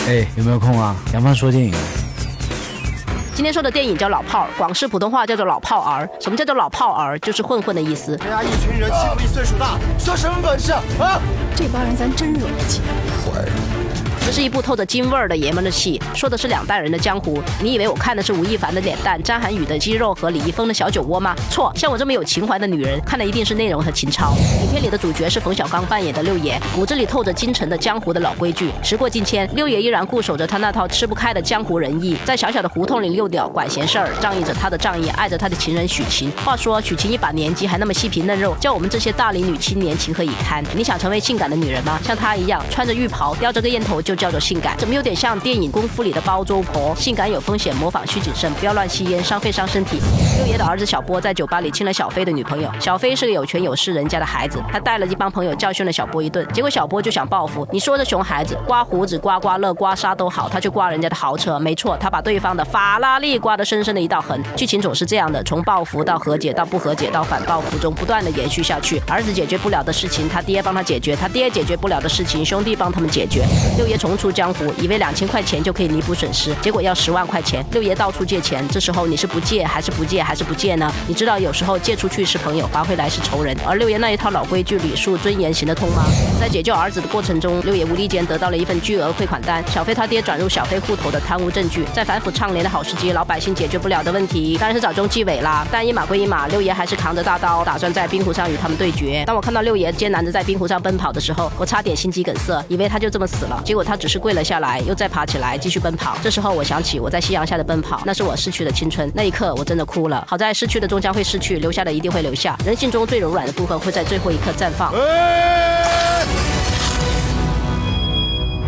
哎，有没有空啊？杨帆说电影。 今天说的电影叫《老炮儿》，广式普通话叫做“老炮儿”。什么叫做“老炮儿”？就是混混的意思。 人家一群人欺负你岁数大，算什么本事啊？ 这帮人咱真惹不起。 坏人。 这是一部透着京味儿的爷们的戏，说的是2代人的江湖。你以为我看的是吴亦凡的脸蛋、张涵予的肌肉和李易峰的小酒窝吗？错，像我这么有情怀的女人，看的一定是内容和情操。影片里的主角是冯小刚扮演的六爷，骨子里透着京城的江湖的老规矩。时过境迁，六爷依然固守着他那套吃不开的江湖仁义，在小小的胡同里溜屌管闲事儿，仗义着他的仗义，爱着他的情人许晴。话说许晴一把年纪还那么细皮嫩肉，叫我们这些大龄女青年情何以堪？你想成为性感的女人吗？像她一样穿着浴袍，叼着个烟头就叫做性感？怎么有点像电影《功夫》里的包租婆？性感有风险，模仿需谨慎，不要乱吸烟，伤肺伤身体。六爷的儿子小波在酒吧里亲了小飞的女朋友，小飞是个有权有势人家的孩子，他带了一帮朋友教训了小波一顿，结果小波就想报复。你说这熊孩子刮胡子、刮刮乐、刮痧都好，他去刮人家的豪车，没错，他把对方的法拉利刮得深深的一道痕。剧情总是这样的，从报复到和解到不和解到反报复中不断的延续下去。儿子解决不了的事情，他爹帮他解决；他爹解决不了的事情，兄弟帮他们解决。六爷重出江湖，以为2000块钱就可以弥补损失，结果要10万块钱。六爷到处借钱，这时候你是不借还是不借还是不借呢？你知道有时候借出去是朋友，还回来是仇人。而六爷那一套老规矩礼数尊严行得通吗？在解救儿子的过程中，六爷无意间得到了一份巨额汇款单，小飞他爹转入小飞户头的贪污证据。在反腐倡廉的好时机，老百姓解决不了的问题，当然是早中纪委啦。但一码归一码，六爷还是扛着大刀，打算在冰湖上与他们对决。当我看到六爷艰难地在冰湖上奔跑的时候，我差点心肌梗塞，以为他就这么死了，结果他只是跪了下来，又再爬起来继续奔跑。这时候我想起我在夕阳下的奔跑，那是我逝去的青春。那一刻我真的哭了。好在逝去的终将会逝去，留下的一定会留下。人性中最柔软的部分会在最后一刻绽放。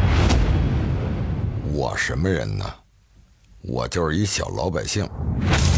我什么人呢？我就是一小老百姓。